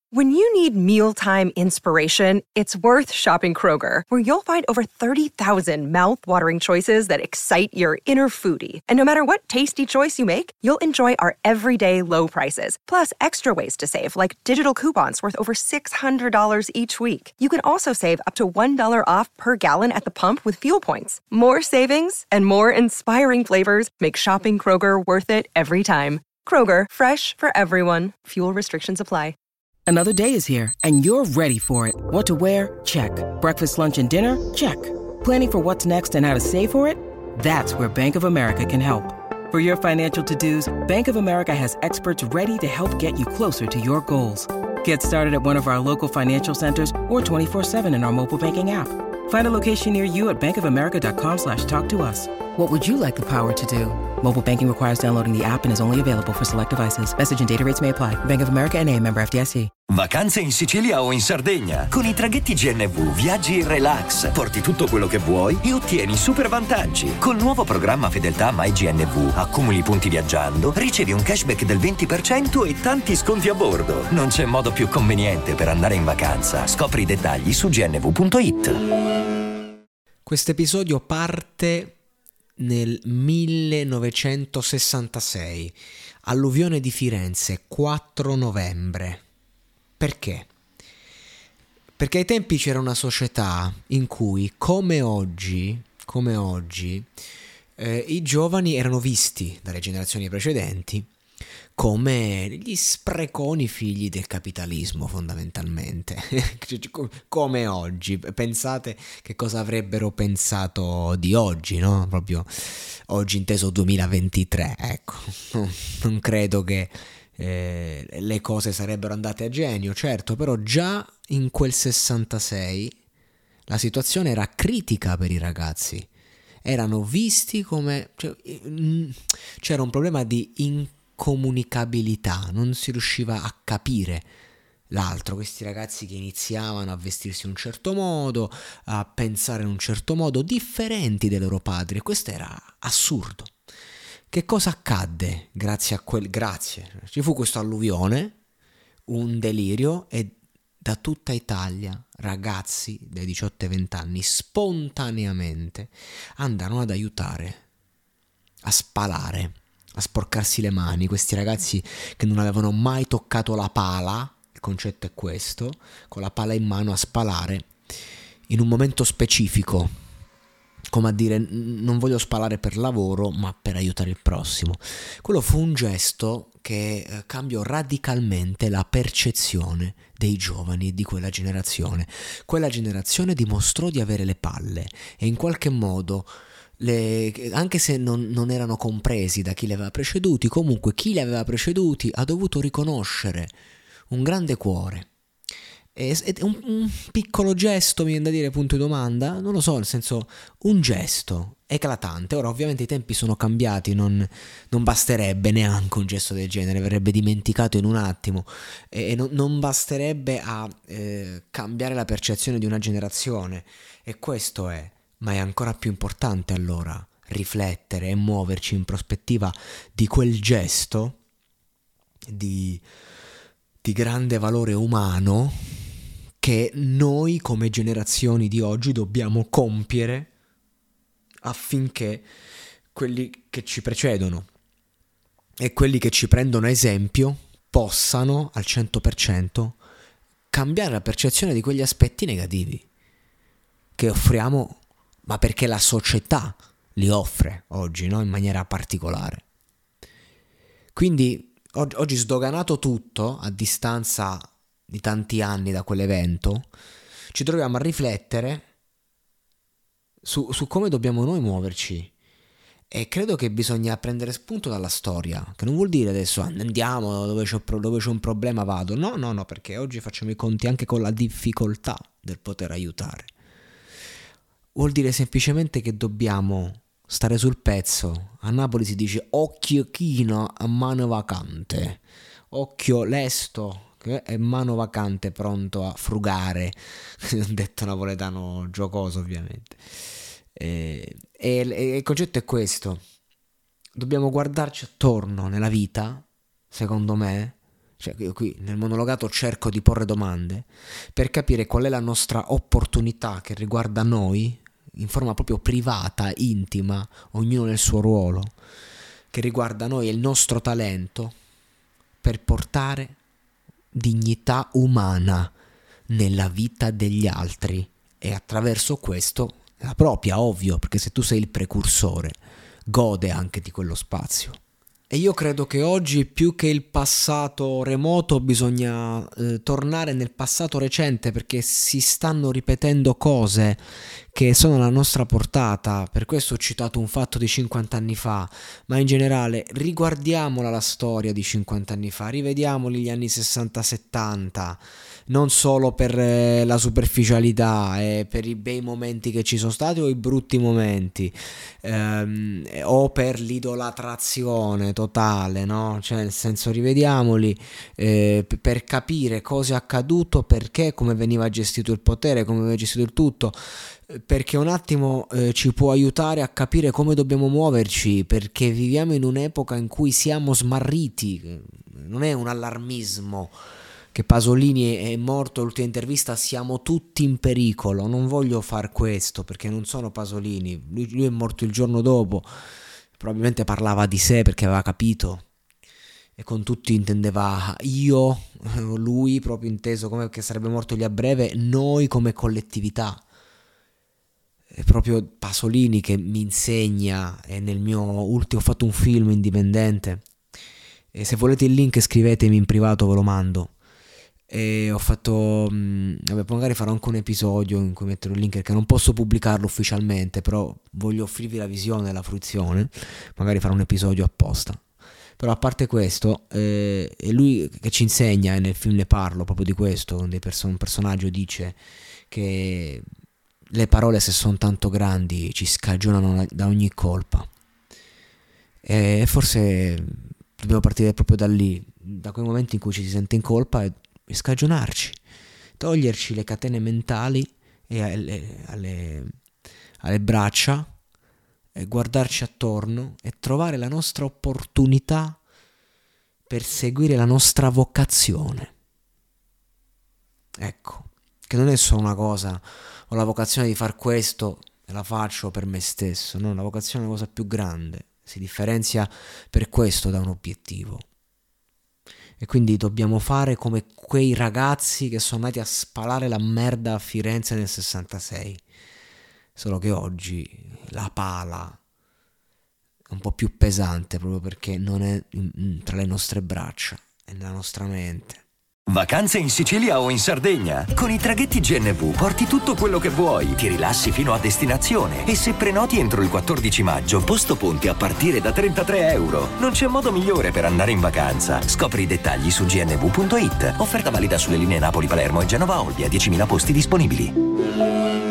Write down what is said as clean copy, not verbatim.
When you need mealtime inspiration, it's worth shopping Kroger, where you'll find over 30,000 mouth-watering choices that excite your inner foodie. And no matter what tasty choice you make, you'll enjoy our everyday low prices, plus extra ways to save, like digital coupons worth over $600 each week. You can also save up to $1 off per gallon at the pump with fuel points. More savings and more inspiring flavors make shopping Kroger worth it every time. Kroger, fresh for everyone. Fuel restrictions apply. Another day is here, and you're ready for it. What to wear? Check. Breakfast, lunch, and dinner? Check. Planning for what's next and how to save for it? That's where Bank of America can help. For your financial to-dos, Bank of America has experts ready to help get you closer to your goals. Get started at one of our local financial centers or 24/7 in our mobile banking app. Find a location near you at bankofamerica.com/talktous. What would you like the power to do? Mobile banking requires downloading the app and is only available for select devices. Message and data rates may apply. Bank of America N.A., member FDIC. Vacanze in Sicilia o in Sardegna. Con i traghetti GNV viaggi in relax, porti tutto quello che vuoi e ottieni super vantaggi. Col nuovo programma Fedeltà MyGNV accumuli punti viaggiando, ricevi un cashback del 20% e tanti sconti a bordo. Non c'è modo più conveniente per andare in vacanza. Scopri i dettagli su gnv.it. Questo episodio parte nel 1966, alluvione di Firenze, 4 novembre. Perché? Perché ai tempi c'era una società in cui, come oggi, i giovani erano visti dalle generazioni precedenti come gli spreconi figli del capitalismo, fondamentalmente. Come oggi. Pensate che cosa avrebbero pensato di oggi, no? Proprio oggi inteso 2023, ecco. Non credo che le cose sarebbero andate a genio, certo, però già in quel 66 la situazione era critica per i ragazzi. Erano visti come... c'era un problema di incomunicabilità, non si riusciva a capire l'altro. Questi ragazzi che iniziavano a vestirsi in un certo modo, a pensare in un certo modo, differenti dai loro padri, e questo era assurdo. Che cosa accadde grazie ci fu questo alluvione, un delirio, e da tutta Italia ragazzi dai 18 ai 20 anni spontaneamente andarono ad aiutare, a spalare, a sporcarsi le mani. Questi ragazzi che non avevano mai toccato la pala, il concetto è questo, con la pala in mano a spalare in un momento specifico, come a dire: non voglio spalare per lavoro ma per aiutare il prossimo. Quello fu un gesto che cambiò radicalmente la percezione dei giovani di quella generazione. Quella generazione dimostrò di avere le palle e in qualche modo, anche se non erano compresi da chi li aveva preceduti, comunque chi li aveva preceduti ha dovuto riconoscere un grande cuore. È un piccolo gesto, mi viene da dire, punto di domanda, non lo so, nel senso, un gesto eclatante. Ora ovviamente i tempi sono cambiati, non basterebbe neanche un gesto del genere, verrebbe dimenticato in un attimo, e non basterebbe a cambiare la percezione di una generazione, e questo è. Ma è ancora più importante allora riflettere e muoverci in prospettiva di quel gesto di grande valore umano che noi come generazioni di oggi dobbiamo compiere affinché quelli che ci precedono e quelli che ci prendono a esempio possano al 100% cambiare la percezione di quegli aspetti negativi che offriamo, ma perché la società li offre oggi, no? In maniera particolare. Quindi oggi, sdoganato tutto, a distanza di tanti anni da quell'evento, ci troviamo a riflettere su come dobbiamo noi muoverci, e credo che bisogna prendere spunto dalla storia, che non vuol dire adesso andiamo dove c'è un problema vado, no, perché oggi facciamo i conti anche con la difficoltà del poter aiutare. Vuol dire semplicemente che dobbiamo stare sul pezzo. A Napoli si dice occhio chino a mano vacante, occhio lesto che è mano vacante, pronto a frugare, un detto napoletano giocoso ovviamente, e il concetto è questo: dobbiamo guardarci attorno nella vita, secondo me, Cioè, io qui nel monologato cerco di porre domande per capire qual è la nostra opportunità che riguarda noi, in forma proprio privata, intima, ognuno nel suo ruolo, che riguarda noi e il nostro talento per portare dignità umana nella vita degli altri e attraverso questo la propria, ovvio, perché se tu sei il precursore, gode anche di quello spazio. E io credo che oggi, più che il passato remoto, bisogna tornare nel passato recente, perché si stanno ripetendo cose che sono alla nostra portata. Per questo ho citato un fatto di 50 anni fa, ma in generale riguardiamola la storia di 50 anni fa, rivediamoli gli anni 60-70, non solo per la superficialità e per i bei momenti che ci sono stati o i brutti momenti, o per l'idolatrazione totale, no? Cioè, nel senso, rivediamoli per capire cosa è accaduto, perché, come veniva gestito il potere, come veniva gestito il tutto, perché un attimo ci può aiutare a capire come dobbiamo muoverci, perché viviamo in un'epoca in cui siamo smarriti. Non è un allarmismo che Pasolini è morto, l'ultima intervista, siamo tutti in pericolo. Non voglio far questo, perché non sono Pasolini, lui è morto il giorno dopo, probabilmente parlava di sé perché aveva capito, e con tutti intendeva io, lui proprio inteso come che sarebbe morto lì a breve, noi come collettività. È proprio Pasolini che mi insegna, e nel mio ultimo ho fatto un film indipendente, e se volete il link scrivetemi in privato, ve lo mando. E ho fatto, magari farò anche un episodio in cui metterò il link, perché non posso pubblicarlo ufficialmente, però voglio offrirvi la visione e la fruizione, magari farò un episodio apposta. Però a parte questo, è lui che ci insegna, e nel film ne parlo proprio di questo, un personaggio dice che le parole, se sono tanto grandi, ci scagionano da ogni colpa, e forse dobbiamo partire proprio da lì, da quei momenti in cui ci si sente in colpa, e scagionarci, toglierci le catene mentali e alle braccia, e guardarci attorno e trovare la nostra opportunità per seguire la nostra vocazione. Ecco, che non è solo una cosa, ho la vocazione di far questo e la faccio per me stesso, no, la vocazione è una cosa più grande, si differenzia per questo da un obiettivo. E quindi dobbiamo fare come quei ragazzi che sono andati a spalare la merda a Firenze nel 66. Solo che oggi la pala è un po' più pesante, proprio perché non è tra le nostre braccia, è nella nostra mente. Vacanze in Sicilia o in Sardegna? Con i traghetti GNV porti tutto quello che vuoi, ti rilassi fino a destinazione, e se prenoti entro il 14 maggio, posto ponti a partire da €33. Non c'è modo migliore per andare in vacanza. Scopri i dettagli su gnv.it. Offerta valida sulle linee Napoli-Palermo e Genova-Olbia, 10.000 posti disponibili.